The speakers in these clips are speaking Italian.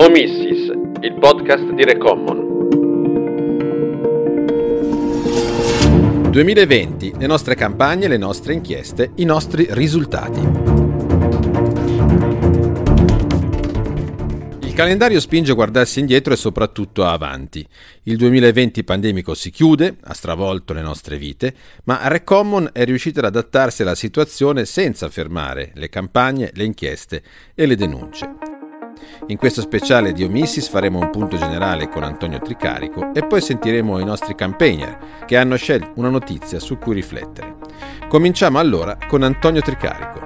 Omissis, il podcast di Recommon. 2020, le nostre campagne, le nostre inchieste, i nostri risultati. Il calendario spinge a guardarsi indietro e soprattutto avanti. Il 2020 pandemico si chiude, ha stravolto le nostre vite, ma Recommon è riuscita ad adattarsi alla situazione senza fermare le campagne, le inchieste e le denunce. In questo speciale di Omissis faremo un punto generale con Antonio Tricarico e poi sentiremo i nostri campaigner che hanno scelto una notizia su cui riflettere. Cominciamo allora con Antonio Tricarico.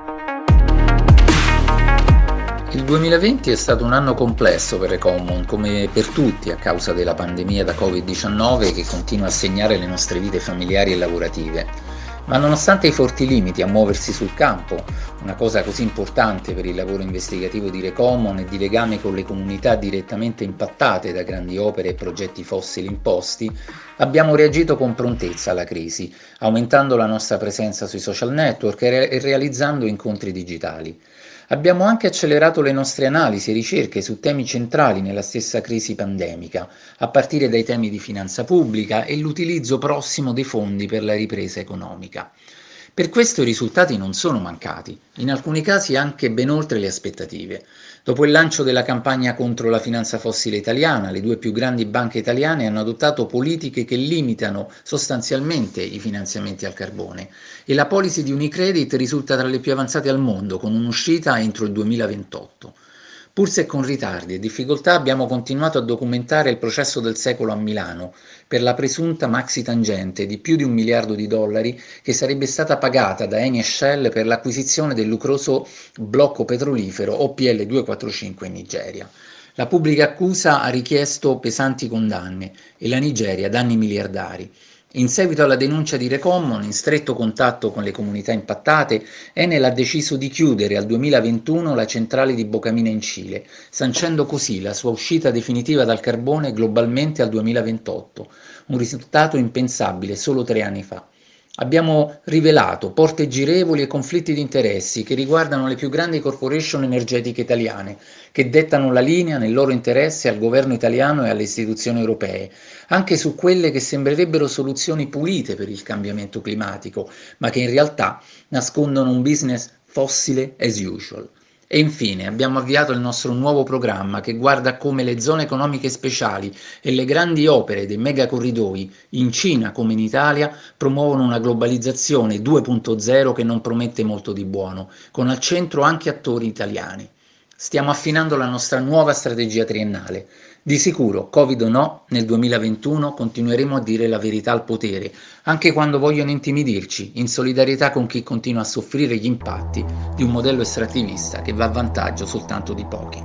Il 2020 è stato un anno complesso per Recommon, come per tutti a causa della pandemia da Covid-19 che continua a segnare le nostre vite familiari e lavorative. Ma nonostante i forti limiti a muoversi sul campo, una cosa così importante per il lavoro investigativo di Recommon e di legame con le comunità direttamente impattate da grandi opere e progetti fossili imposti, abbiamo reagito con prontezza alla crisi, aumentando la nostra presenza sui social network e realizzando incontri digitali. Abbiamo anche accelerato le nostre analisi e ricerche su temi centrali nella stessa crisi pandemica, a partire dai temi di finanza pubblica e l'utilizzo prossimo dei fondi per la ripresa economica. Per questo i risultati non sono mancati, in alcuni casi anche ben oltre le aspettative. Dopo il lancio della campagna contro la finanza fossile italiana, le due più grandi banche italiane hanno adottato politiche che limitano sostanzialmente i finanziamenti al carbone e la policy di Unicredit risulta tra le più avanzate al mondo, con un'uscita entro il 2028. Pur se con ritardi e difficoltà abbiamo continuato a documentare il processo del secolo a Milano per la presunta maxi tangente di più di $1 miliardo che sarebbe stata pagata da Eni e Shell per l'acquisizione del lucroso blocco petrolifero OPL 245 in Nigeria. La pubblica accusa ha richiesto pesanti condanne e la Nigeria danni miliardari. In seguito alla denuncia di Recommon, in stretto contatto con le comunità impattate, Enel ha deciso di chiudere al 2021 la centrale di Bocamina in Cile, sancendo così la sua uscita definitiva dal carbone globalmente al 2028, un risultato impensabile solo 3 anni fa. Abbiamo rivelato porte girevoli e conflitti di interessi che riguardano le più grandi corporation energetiche italiane, che dettano la linea nel loro interesse al governo italiano e alle istituzioni europee, anche su quelle che sembrerebbero soluzioni pulite per il cambiamento climatico, ma che in realtà nascondono un business fossile as usual. E infine abbiamo avviato il nostro nuovo programma che guarda come le zone economiche speciali e le grandi opere dei megacorridoi in Cina come in Italia promuovono una globalizzazione 2.0 che non promette molto di buono, con al centro anche attori italiani. Stiamo affinando la nostra nuova strategia triennale. Di sicuro, Covid o no, nel 2021 continueremo a dire la verità al potere, anche quando vogliono intimidirci, in solidarietà con chi continua a soffrire gli impatti di un modello estrattivista che va a vantaggio soltanto di pochi.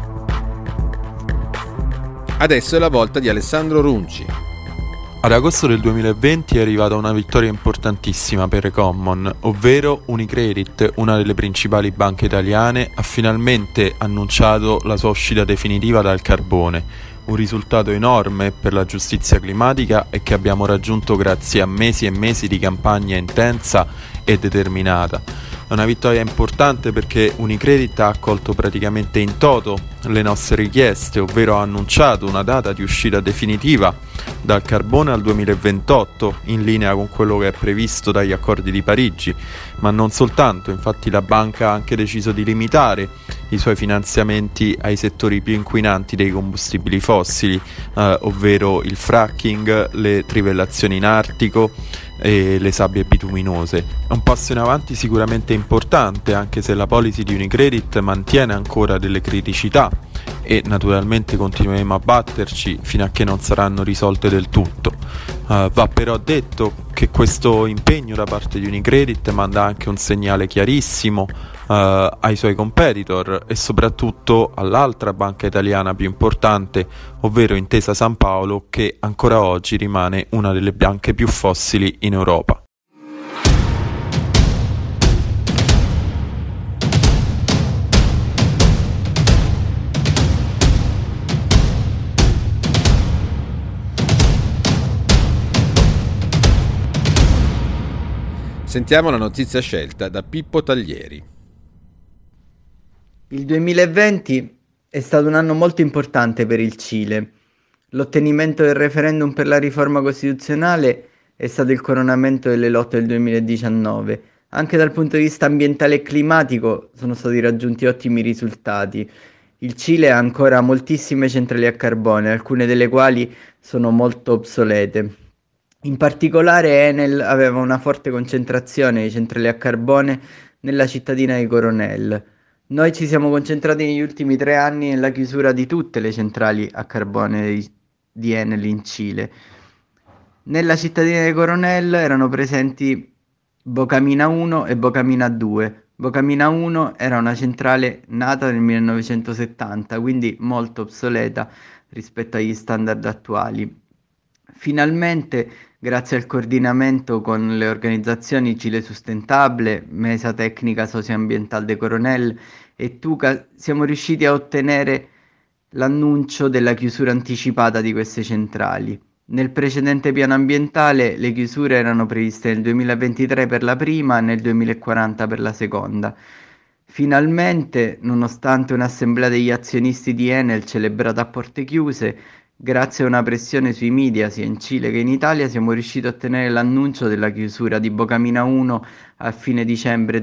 Adesso è la volta di Alessandro Runci. Ad agosto del 2020 è arrivata una vittoria importantissima per Recommon, ovvero Unicredit, una delle principali banche italiane, ha finalmente annunciato la sua uscita definitiva dal carbone, un risultato enorme per la giustizia climatica e che abbiamo raggiunto grazie a mesi e mesi di campagna intensa e determinata. È una vittoria importante perché Unicredit ha accolto praticamente in toto le nostre richieste, ovvero ha annunciato una data di uscita definitiva dal carbone al 2028, in linea con quello che è previsto dagli accordi di Parigi, ma non soltanto. Infatti la banca ha anche deciso di limitare i suoi finanziamenti ai settori più inquinanti dei combustibili fossili, ovvero il fracking, le trivellazioni in Artico e le sabbie bituminose. È un passo in avanti sicuramente importante, anche se la policy di Unicredit mantiene ancora delle criticità e naturalmente continueremo a batterci fino a che non saranno risolte del tutto. Va però detto che questo impegno da parte di Unicredit manda anche un segnale chiarissimo ai suoi competitor e soprattutto all'altra banca italiana più importante, ovvero Intesa Sanpaolo, che ancora oggi rimane una delle banche più fossili in Europa. Sentiamo la notizia scelta da Pippo Taglieri. Il 2020 È stato un anno molto importante per il Cile. L'ottenimento del referendum per la riforma costituzionale è stato il coronamento delle lotte del 2019. Anche dal punto di vista ambientale e climatico sono stati raggiunti ottimi risultati. Il Cile ha ancora moltissime centrali a carbone, alcune delle quali sono molto obsolete. In particolare Enel aveva una forte concentrazione di centrali a carbone nella cittadina di Coronel. Noi ci siamo concentrati negli ultimi 3 anni nella chiusura di tutte le centrali a carbone di Enel in Cile. Nella cittadina di Coronel erano presenti Bocamina 1 e Bocamina 2. Bocamina 1 era una centrale nata nel 1970, quindi molto obsoleta rispetto agli standard attuali. Finalmente, grazie al coordinamento con le organizzazioni Cile Sustentable, Mesa Tecnica Socioambiental de Coronel e Tuca, siamo riusciti a ottenere l'annuncio della chiusura anticipata di queste centrali. Nel precedente piano ambientale le chiusure erano previste nel 2023 per la prima e nel 2040 per la seconda. Finalmente, nonostante un'assemblea degli azionisti di Enel celebrata a porte chiuse, grazie a una pressione sui media sia in Cile che in Italia siamo riusciti a ottenere l'annuncio della chiusura di Bocamina 1 a fine dicembre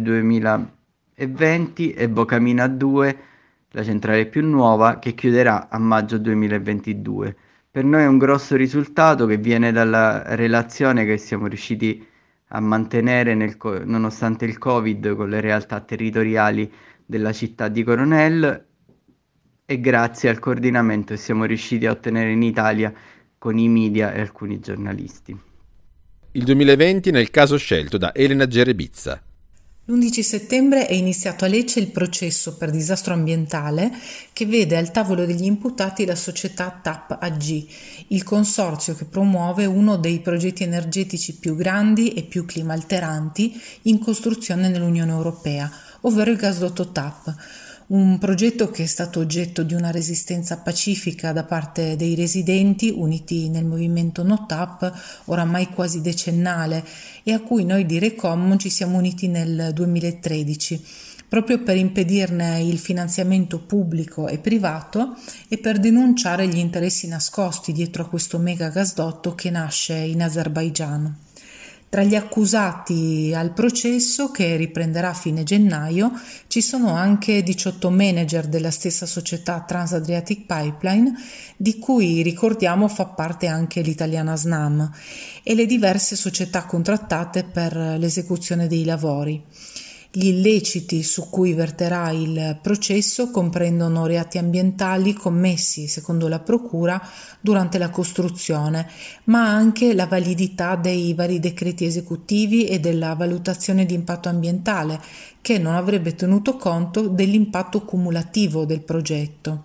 2020 e Bocamina 2, la centrale più nuova, che chiuderà a maggio 2022. Per noi è un grosso risultato che viene dalla relazione che siamo riusciti a mantenere nonostante il Covid con le realtà territoriali della città di Coronel e grazie al coordinamento che siamo riusciti a ottenere in Italia con i media e alcuni giornalisti. Il 2020 nel caso scelto da Elena Gerebizza. L'11 settembre è iniziato a Lecce il processo per disastro ambientale che vede al tavolo degli imputati la società TAP AG, il consorzio che promuove uno dei progetti energetici più grandi e più climalteranti in costruzione nell'Unione Europea, ovvero il gasdotto TAP. Un progetto che è stato oggetto di una resistenza pacifica da parte dei residenti uniti nel movimento No TAP, oramai quasi decennale, e a cui noi di Recommon ci siamo uniti nel 2013, proprio per impedirne il finanziamento pubblico e privato e per denunciare gli interessi nascosti dietro a questo mega gasdotto che nasce in Azerbaigian. Tra gli accusati al processo, che riprenderà a fine gennaio, ci sono anche 18 manager della stessa società Transadriatic Pipeline, di cui ricordiamo fa parte anche l'italiana Snam, e le diverse società contrattate per l'esecuzione dei lavori. Gli illeciti su cui verterà il processo comprendono reati ambientali commessi, secondo la Procura, durante la costruzione, ma anche la validità dei vari decreti esecutivi e della valutazione di impatto ambientale, che non avrebbe tenuto conto dell'impatto cumulativo del progetto.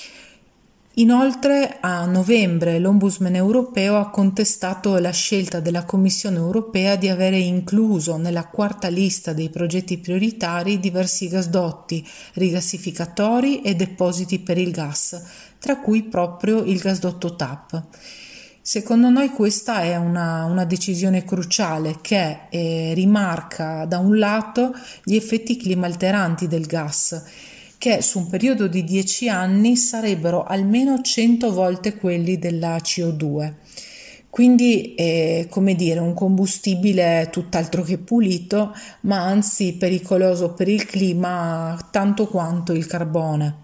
Inoltre, a novembre l'Ombudsman europeo ha contestato la scelta della Commissione europea di avere incluso nella quarta lista dei progetti prioritari diversi gasdotti, rigassificatori e depositi per il gas, tra cui proprio il gasdotto TAP. Secondo noi questa è una decisione cruciale che rimarca da un lato gli effetti climalteranti del gas, che su un periodo di 10 anni sarebbero almeno 100 volte quelli della CO2. Quindi è, come dire, un combustibile tutt'altro che pulito, ma anzi pericoloso per il clima tanto quanto il carbone.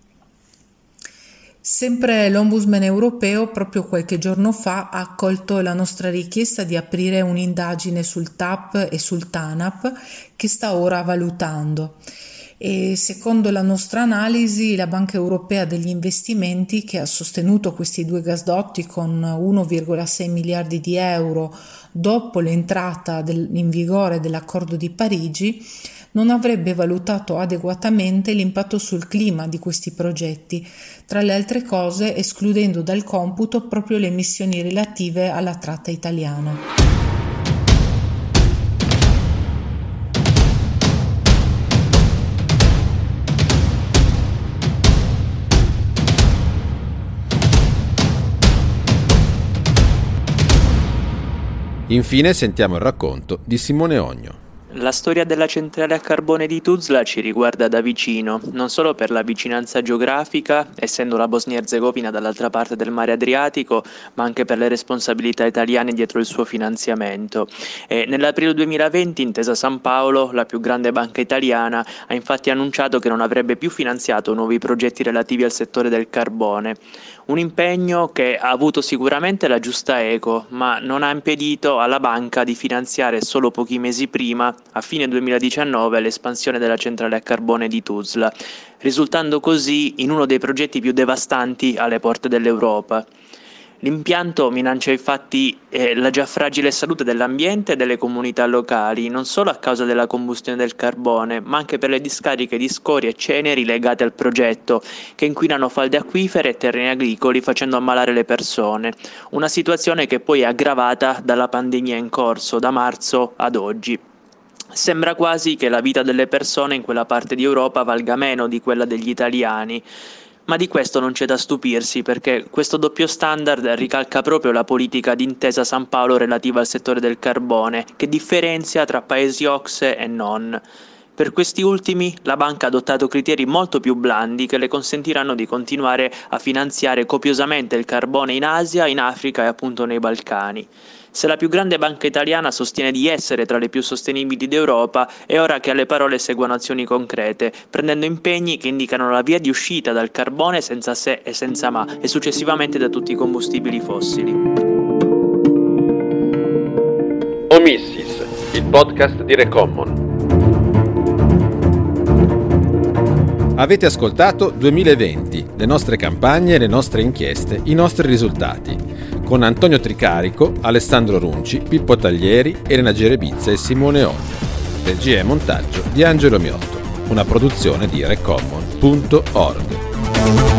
Sempre l'Ombudsman europeo proprio qualche giorno fa ha accolto la nostra richiesta di aprire un'indagine sul TAP e sul TANAP che sta ora valutando. E secondo la nostra analisi la Banca Europea degli Investimenti, che ha sostenuto questi due gasdotti con 1,6 miliardi di euro dopo l'entrata in vigore dell'accordo di Parigi, non avrebbe valutato adeguatamente l'impatto sul clima di questi progetti, tra le altre cose escludendo dal computo proprio le emissioni relative alla tratta italiana. Infine sentiamo il racconto di Simone Ogno. La storia della centrale a carbone di Tuzla ci riguarda da vicino, non solo per la vicinanza geografica, essendo la Bosnia-Erzegovina dall'altra parte del mare Adriatico, ma anche per le responsabilità italiane dietro il suo finanziamento. Nell'aprile 2020 Intesa Sanpaolo, la più grande banca italiana, ha infatti annunciato che non avrebbe più finanziato nuovi progetti relativi al settore del carbone. Un impegno che ha avuto sicuramente la giusta eco, ma non ha impedito alla banca di finanziare solo pochi mesi prima, a fine 2019, l'espansione della centrale a carbone di Tuzla, risultando così in uno dei progetti più devastanti alle porte dell'Europa. L'impianto minaccia infatti la già fragile salute dell'ambiente e delle comunità locali, non solo a causa della combustione del carbone, ma anche per le discariche di scorie e ceneri legate al progetto, che inquinano falde acquifere e terreni agricoli facendo ammalare le persone. Una situazione che poi è aggravata dalla pandemia in corso da marzo ad oggi. Sembra quasi che la vita delle persone in quella parte di Europa valga meno di quella degli italiani. Ma di questo non c'è da stupirsi, perché questo doppio standard ricalca proprio la politica di Intesa Sanpaolo relativa al settore del carbone, che differenzia tra paesi OCSE e non. Per questi ultimi la banca ha adottato criteri molto più blandi che le consentiranno di continuare a finanziare copiosamente il carbone in Asia, in Africa e appunto nei Balcani. Se la più grande banca italiana sostiene di essere tra le più sostenibili d'Europa, è ora che alle parole seguano azioni concrete, prendendo impegni che indicano la via di uscita dal carbone senza se e senza ma, e successivamente da tutti i combustibili fossili. Omissis, il podcast di Recommon. Avete ascoltato 2020, le nostre campagne, le nostre inchieste, i nostri risultati, con Antonio Tricarico, Alessandro Runci, Pippo Taglieri, Elena Gerebizza e Simone Ogno. Regia e montaggio di Angelo Miotto, una produzione di Recommon.org.